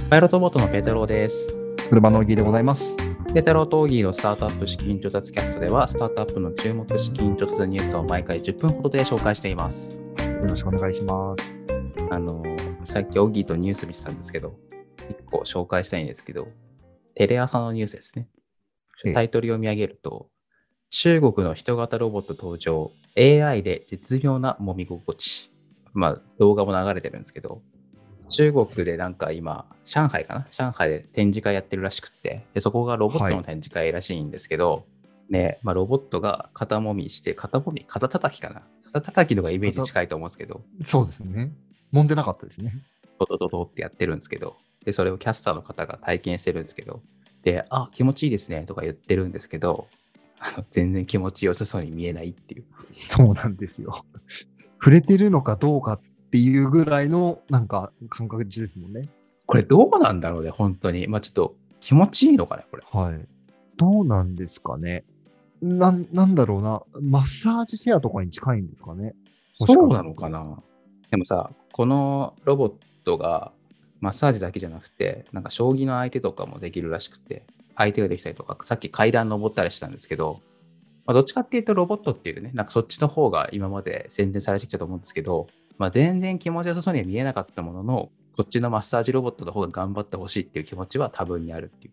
パイロットボートのペテロです。 車の木でございます。 ペテロとオギーのスタートアップ資金調達キャストでは、スタートアップの注目資金調達ニュースを毎回10分ほどで紹介しています。 よろしくお願いします。 さっきオギーとニュース見てたんですけど、1個紹介したいんですけど、テレ朝のニュースですね。タイトル読み上げると、中国の人型ロボット登場、AI で絶妙な揉み心地。動画も流れてるんですけど、中国でなんか今、上海で展示会やってるらしくって、でそこがロボットの展示会らしいんですけど、ロボットが肩もみして、肩叩きかな。肩叩きのがイメージ近いと思うんですけど、 そうですね。揉んでなかったですね。 ドドドドってやってるんですけど、で、それをキャスターの方が体験してるんですけど、で、気持ちいいですねとか言ってるんですけど、全然気持ちよさそうに見えないっていう。 そうなんですよ。触れてるのかどうかっていうぐらいのなんか感覚ですもんね。 これどうなんだろうね、本当に。ちょっと気持ちいいのかね、これ。 はい。どうなんですかね。なんだろうな。マッサージチェアとかに近いんですかね。 そうなのかな。でもさ、このロボットがマッサージだけじゃなくて、なんか将棋の相手とかもできるらしくて、相手ができたりとか、さっき階段登ったりしたんですけど、どっちかっていうとロボットっていうね、なんかそっちの方が今まで宣伝されてきたと思うんですけど、全然気持ちよさそうには見えなかったものの、こっちのマッサージロボットの方が頑張ってほしいっていう気持ちは多分にあるっていう。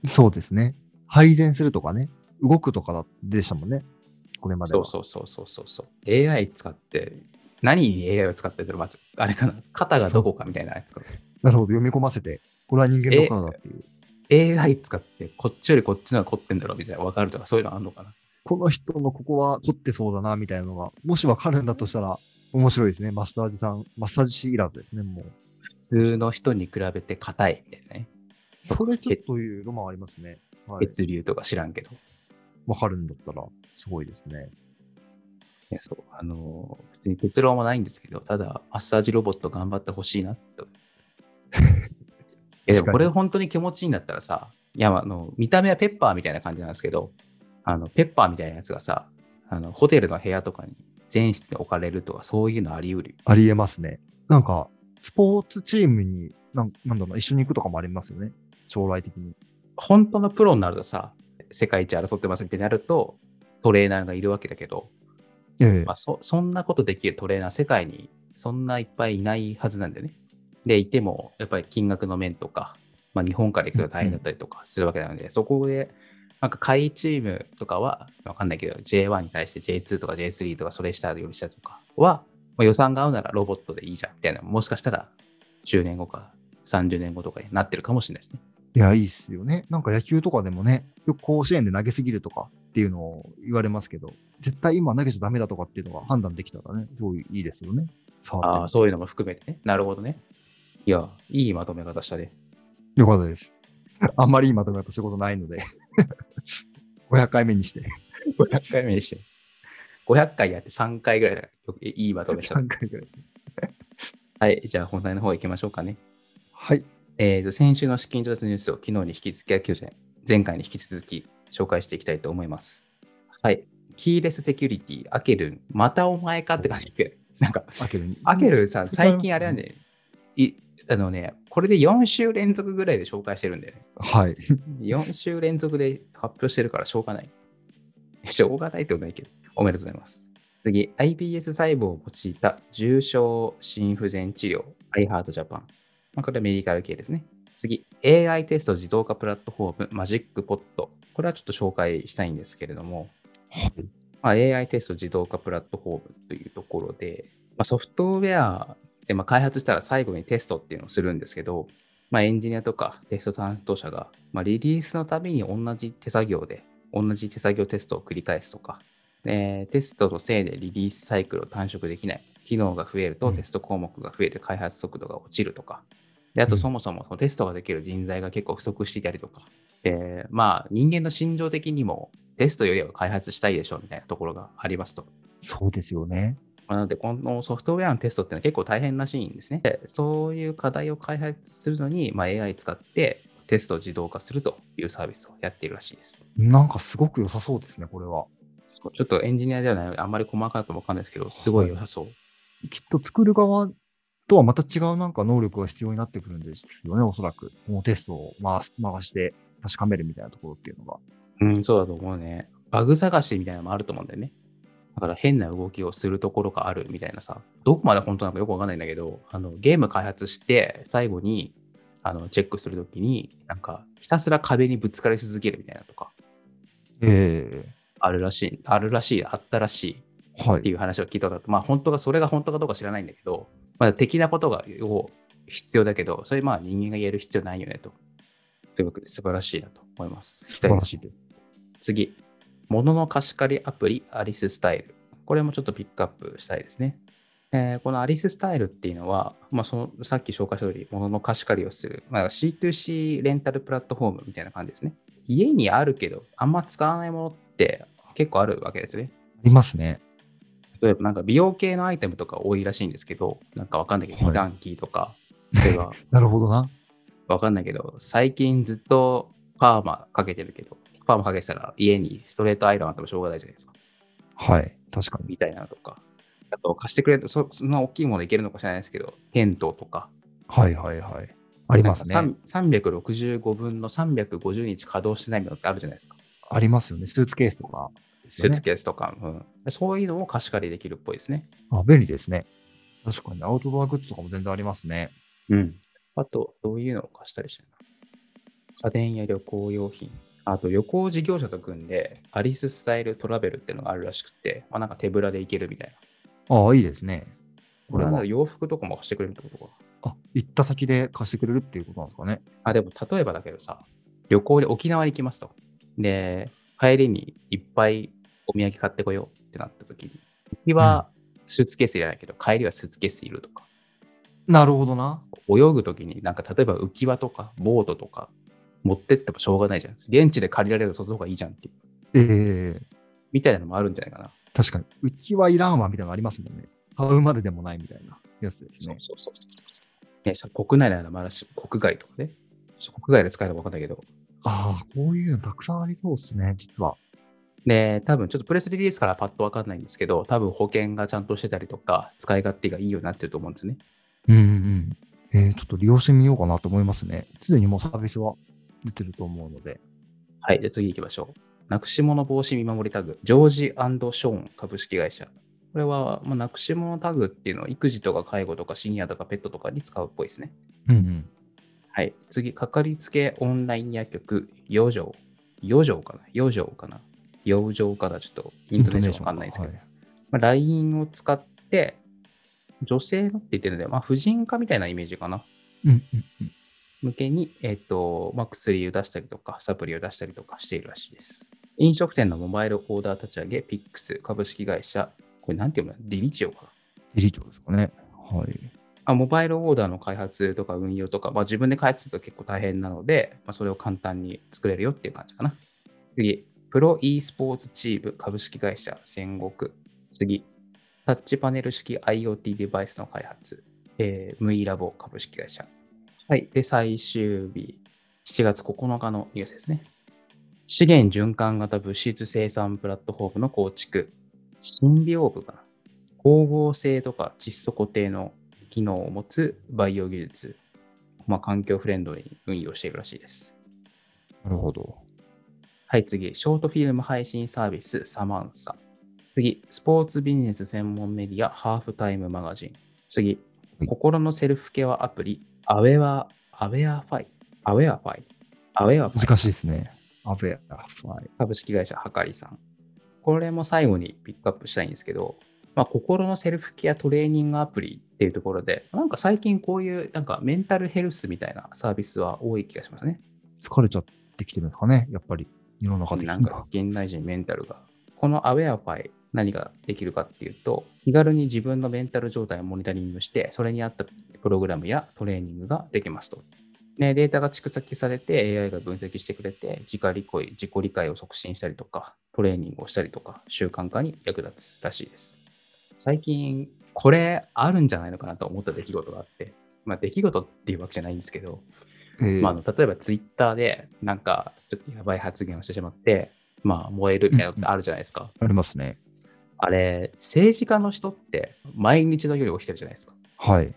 そうですね。配膳するとかね。動くとかでしたもんね。これまでは。 そう。AI 使って、何に AI を使ってるのまず、あれかな、肩がどこかみたいなやつかな。 なるほど。読み込ませて、これは人間の肩だっていう。 AI 使って、こっちよりこっちのが凝ってんだろうみたいな分かるとか、そういうのあんのかな。 この人のここは凝ってそうだな、みたいなのが、もし分かるんだとしたら、面白いですね。マッサージ師いらずですね、もう。 普通の人に比べて硬いみたいなね。 それちょっというのもありますね。はい。 血流とか知らんけど。 分かるんだったら、すごいですね。 そう。別に結論もないんですけど、ただ、マッサージロボット頑張ってほしいなと。でもこれ本当に気持ちいいんだったらさ、見た目はペッパーみたいな感じなんですけど、ペッパーみたいなやつがさ、ホテルの部屋とかに全室に置かれるとか、そういうのあり得る。 ありえますね。なんか、スポーツチームに、なんだろう、一緒に行くとかもありますよね。将来的に。 本当のプロになるとさ、世界一争ってますってなると、トレーナーがいるわけだけど、そんなことできるトレーナー、世界にそんないっぱいいないはずなんだよね。で、いても、やっぱり金額の面とか、日本から行くと大変だったりとかするわけなので、そこで、なんか下位チームとかは、わかんないけど、J1 に対して J2 とか J3 とか、それ下より下とかは、予算が合うならロボットでいいじゃん、みたいな、もしかしたら10年後か30年後とかになってるかもしれないですね。 いや、いいっすよね。なんか野球とかでもね、よく甲子園で投げすぎるとかっていうのを言われますけど、絶対今投げちゃダメだとかっていうのが判断できたらね、すごいいいですよね。 そういうのも含めてね。なるほどね。いや、いいまとめ方したね。 よかったです。あんまりいいまとめ方することないので500回目にして。 500回目にして。500回やって3回ぐらいだから、いいまとめした。 3回ぐらい。 はい、じゃあ本題の方行きましょうかね。 はい。 先週の資金調達ニュースを昨日に引き続き、前回に引き続き紹介していきたいと思います。はい。キーレスセキュリティ、アケルン、またお前かって感じですけど、なんか、アケルンさん、最近あれなんで、これで4週連続ぐらいで紹介してるんだよね。 はい。 4週連続で発表してるからしょうがない。しょうがないってことないけど、おめでとうございます。次、iPS 細胞を用いた重症心不全治療、iHeart Japan。これはメディカル系ですね。次、AI テスト自動化プラットフォーム、マジックポット。これはちょっと紹介したいんですけれども、AI テスト自動化プラットフォームというところで、ソフトウェアで開発したら最後にテストっていうのをするんですけど、エンジニアとかテスト担当者が、リリースのたびに同じ手作業テストを繰り返すとか、テストのせいでリリースサイクルを短縮できない。機能が増えるとテスト項目が増えて開発速度が落ちるとか。であとそもそもそのテストができる人材が結構不足していたりとか。人間の心情的にもテストよりは開発したいでしょうみたいなところがありますと。 そうですよね。 なので、このソフトウェアのテストってのは結構大変らしいんですね。でそういう課題を開発するのに、AI 使ってテストを自動化するというサービスをやっているらしいです。 なんかすごく良さそうですね、これは。 ちょっとエンジニアではないので、あんまり細かくわかんないですけど、すごい良さそう。 きっと作る側とはまた違うなんか能力が必要になってくるんですよね、おそらく。このテストを回して確かめるみたいなところっていうのが。 うん、そうだと思うね。バグ探しみたいなのもあると思うんだよね。だから変な動きをするところがあるみたいなさ、どこまで本当なのかよくわかんないんだけど、ゲーム開発して最後にチェックするときに、なんかひたすら壁にぶつかり続けるみたいなとか、 えあったらしいはい。 っていう話を聞いたことあって、まあそれが本当かどうか知らないんだけど、まあ的なことを必要だけど、それまあ人間がやる必要ないよねと。というわけで素晴らしいなと思います。期素晴待ですね。 らしいです。 次、物の貸し借りアプリアリススタイル。これもちょっとピックアップしたいですね。このアリススタイルっていうのは、まあ、さっき紹介した通り、物の貸し借りをする、まあ、C2C レンタルプラットフォームみたいな感じですね。家にあるけど、あんま使わないものって結構あるわけですね。 ありますね。 例えばなんか美容系のアイテムとか多いらしいんですけど、なんかわかんないけど、美はい。 顔器とか、例えばなるほどな。 わかんないけど、最近ずっとパーマかけてるけど、パーマかけてたら家にストレートアイロンあってもしょうがないじゃないですか。 はい。確かに。 みたいなのとか。あと貸してくれると、そんな大きいものいけるのか知らないですけど、テントとか、 はいはいはい。ありなんかますね。 365分の350日稼働してないものってあるじゃないですか。 ありますよね。スーツケースとかですスーツよね。 ケースとか、そういうのを貸し借りできるっぽいですね。 あ、便利ですね。確かに。アウトドアグッズとかも全然ありますね。 うん。あと、どういうのを貸したりしてるの？家電や旅行用品。あと、旅行事業者と組んで、アリススタイルトラベルっていうのがあるらしくて、まあ、なんか手ぶらで行けるみたいな。 ああ、いいですね。ここれはなんだれは。 洋服とかも貸してくれるってことか。 あ、行った先で貸してくれるっていうことなんですかね。 でも例えばだけどさ、旅行で沖縄に行きますと。で、帰りにいっぱいお土産買ってこようってなった時に、行きうん。 はスーツケースいらないけど、帰りはスーツケースいるとか、 なるほどな。 泳ぐ時になんか例えば浮き輪とかボートとか持ってってもしょうがないじゃん。現地で借りられるそっちの方がいいじゃんっていう。 ええ、 みたいなのもあるんじゃないかな。 確かに。浮き輪いらんわみたいなのありますもんね。買うまででもないみたいなやつですね。 そうそうそうそう。ね、国内ならまだし、国外とかね。国外で使えるか分かんないけど。 ああ、こういうのたくさんありそうですね、実は。 で、多分ちょっとプレスリリースからパッと分かんないんですけど、多分保険がちゃんとしてたりとか、使い勝手がいいようになってると思うんですね。 うんうんうん。ちょっと利用してみようかなと思いますね。すでにもうサービスは出てると思うので。 はい、じゃあ次行きましょう。なくし物防止見守りタグ、ジョージ&ショーン株式会社。これは、なくし物タグっていうのは育児とか介護とかシニアとかペットとかに使うっぽいですね。 うんうん。 はい、次、かかりつけオンライン薬局、養生。養生かな養生かな養生かなちょっとイインントネーションわトネーションか。 かんないですけど。 はい。 LINE を使って、女性のって言ってるので、婦人科みたいなイメージかな。 うんうんうん。 向けに、薬を出したりとか、サプリを出したりとかしているらしいです。飲食店のモバイルオーダー立ち上げ、ピックス株式会社、これなんて読むの？ディリチオかな。 理事長ですかね。はい。 モバイルオーダーの開発とか運用とか、自分で開発すると結構大変なので、それを簡単に作れるよっていう感じかな。次、プロ e スポーツチーム株式会社、戦国。次、タッチパネル式 IoT デバイスの開発、ムイラボ株式会社。はい。で、最終日、7月9日のニュースですね。資源循環型物質生産プラットフォームの構築。シンビオーブかな。光合成とか窒素固定の機能を持つバイオ技術。環境フレンドリーに運用しているらしいです。 なるほど。 はい、次、ショートフィルム配信サービスサマンサ。次、スポーツビジネス専門メディアハーフタイムマガジン。次、 はい。 心のセルフケアアプリアウェアファイ、アウェアファイ、アウェアファイ難しいですね。アベアファイ。 株式会社はかりさん。これも最後にピックアップしたいんですけど、心のセルフケアトレーニングアプリっていうところで、なんか最近こういうなんかメンタルヘルスみたいなサービスは多い気がしますね。 疲れちゃってきてるんですかね。やっぱり、世の中的なんかには。 現代人メンタルが。このアウェアファイ何ができるかっていうと、気軽に自分のメンタル状態をモニタリングして、それに合ったプログラムやトレーニングができますと。ね、データが蓄積されて AI が分析してくれて、自己理解を促進したりとか、トレーニングをしたりとか、習慣化に役立つらしいです。最近、これあるんじゃないのかなと思った出来事があって、出来事っていうわけじゃないんですけど、例えばツイッターでなんかちょっとやばい発言をしてしまって、燃えるみたいなのってあるじゃないですか。 ありますね。 あれ、政治家の人って毎日のように起きてるじゃないですか。 はい。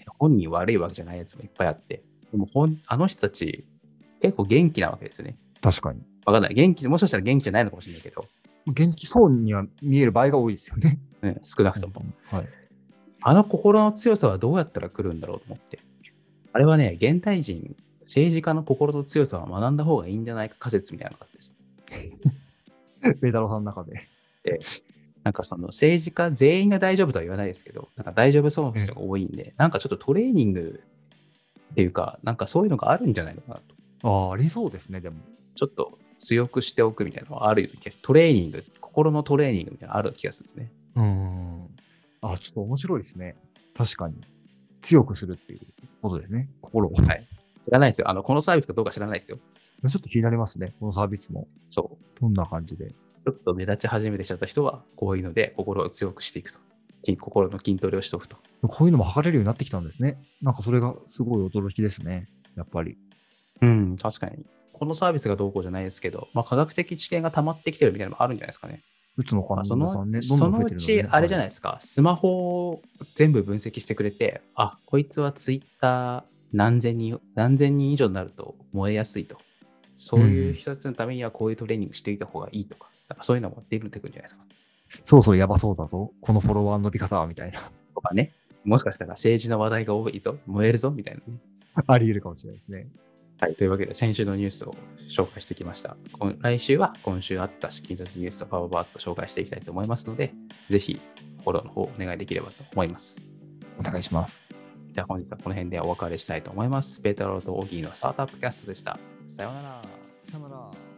本人悪いわけじゃないやつもいっぱいあって、でもあの人たち結構元気なわけですよね。 確かに。 わかんない。もしかしたら元気じゃないのかもしれないけど、 元気そうには見える場合が多いですよね。 少なくとも。 はい。 あの心の強さはどうやったら来るんだろうと思って。あれはね、現代人、政治家の心の強さは学んだ方がいいんじゃないか仮説みたいなのがあってですね。 ペータローさんの中で。 で、なんかその政治家全員が大丈夫とは言わないですけど、なんか大丈夫そうな人が多いんで、なんかちょっとトレーニングっていうか、なんかそういうのがあるんじゃないのかなと。 ありそうですね、でも。 ちょっと強くしておくみたいなのはあるような気がする。トレーニング、心のトレーニングみたいなのある気がするんですね。 ちょっと面白いですね。確かに。強くするっていうことですね、心を。 はい。知らないですよ。このサービスかどうか知らないですよ。 ちょっと気になりますね、このサービスも。 そう。 どんな感じで。 ちょっと目立ち始めてきちゃった人は、こういうので心を強くしていくと。心の筋トレをしておくと。 こういうのも測れるようになってきたんですね。なんかそれがすごい驚きですね、やっぱり。 うん、確かに。このサービスがどうこうじゃないですけど、科学的知見が溜まってきてるみたいなのもあるんじゃないですかね。 うつの患その者さんね、どんどん増えうてるのでね。 ち、あれじゃないですか、スマホを全部分析してくれて、こいつはツイッター何千人以上になると燃えやすいと。そういう人たちのためにはこういうトレーニングしていた方がいいとか、なんかそういうのも出てくるんじゃないですか。 そろそろやばそうだぞ、このフォロワーの伸び方はみたいな。 とかね、もしかしたら政治の話題が多いぞ、燃えるぞみたいなね。 あり得るかもしれないですね。 はい、というわけで先週のニュースを紹介してきました。来週は今週あった資金調達ニュースをパワーバーッと紹介していきたいと思いますので、ぜひフォローの方お願いできればと思います。 お願いします。 じゃあ本日はこの辺でお別れしたいと思います。ペータローとオギーのスタートアップキャストでした。さようなら。 さよなら。